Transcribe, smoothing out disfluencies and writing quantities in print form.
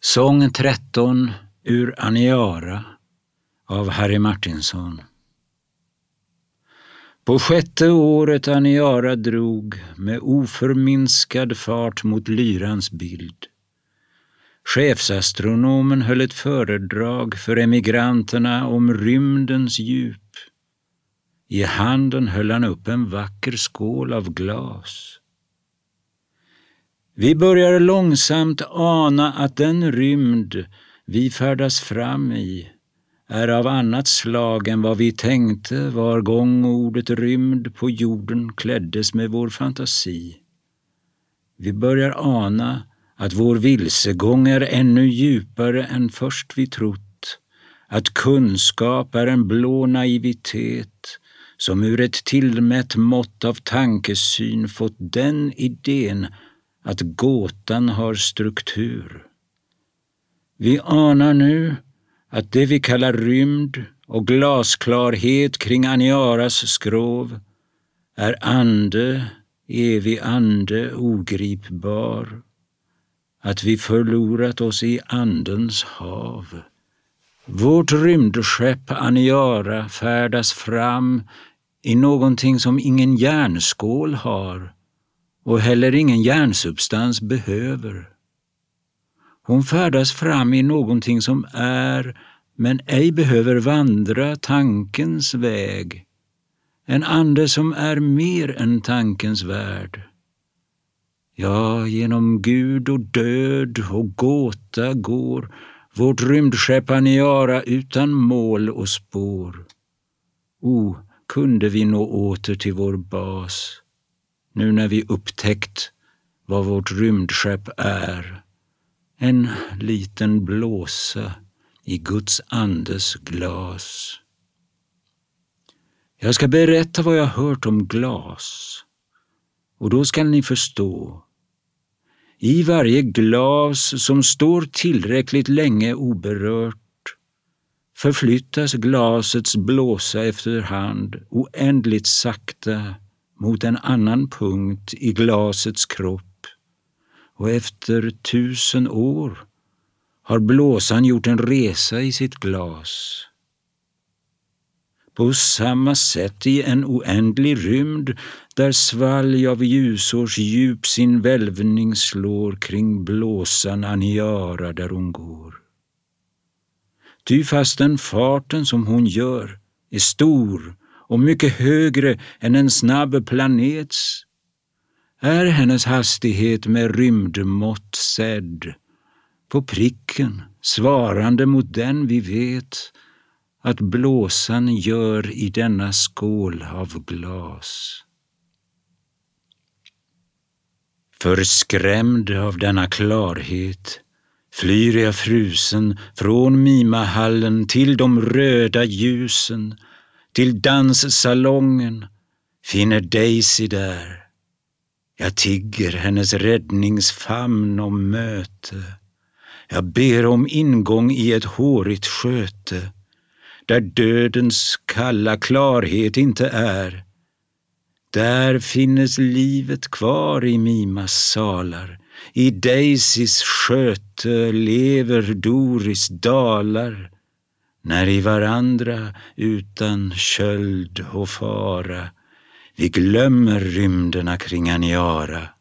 Sång 13 ur Aniara av Harry Martinsson. På 6:e året Aniara drog med oförminskad fart mot lyrans bild. Chefsastronomen höll ett föredrag för emigranterna om rymdens djup. I handen höll han upp en vacker skål av glas. Vi börjar långsamt ana att den rymd vi färdas fram i är av annat slag än vad vi tänkte var gång ordet rymd på jorden kläddes med vår fantasi. Vi börjar ana att vår vilsegång är ännu djupare än först vi trott, att kunskap är en blå naivitet som ur ett tillmätt mått av tankesyn fått den idén att gåtan har struktur. Vi anar nu att det vi kallar rymd och glasklarhet kring Aniaras skrov är ande, evig ande, ogripbar. Att vi förlorat oss i andens hav. Vårt rymdskepp Aniara färdas fram i någonting som ingen järnskål har och heller ingen järnsubstans behöver. Hon färdas fram i någonting som är, men ej behöver vandra tankens väg. En ande som är mer än tankens värld. Ja, genom Gud och död och gåta går vårt rymdskepp Aniara utan mål och spår. Kunde vi nå åter till vår bas, nu när vi upptäckt vad vårt rymdskepp är. En liten blåsa i Guds andes glas. Jag ska berätta vad jag hört om glas. Och då ska ni förstå. I varje glas som står tillräckligt länge oberört förflyttas glasets blåsa efterhand oändligt sakta mot en annan punkt i glasets kropp. Och efter 1000 år har blåsan gjort en resa i sitt glas. På samma sätt i en oändlig rymd där svalg av ljusårs djup sin välvning slår kring blåsan Aniara där hon går. Ty fastän farten som hon gör är stor och mycket högre än en snabb planets, är hennes hastighet med rymdmått sedd, på pricken svarande mot den vi vet att blåsan gör i denna skål av glas. Förskrämd av denna klarhet flyr jag frusen från mimahallen till de röda ljusen, till danssalongen, finner Daisy där. Jag tigger hennes räddningsfamn om möte. Jag ber om ingång i ett hårigt sköte, där dödens kalla klarhet inte är. Där finnes livet kvar i Mimas salar. I Daisys sköte lever Doris dalar, när i varandra utan köld och fara vi glömmer rymderna kring Aniara.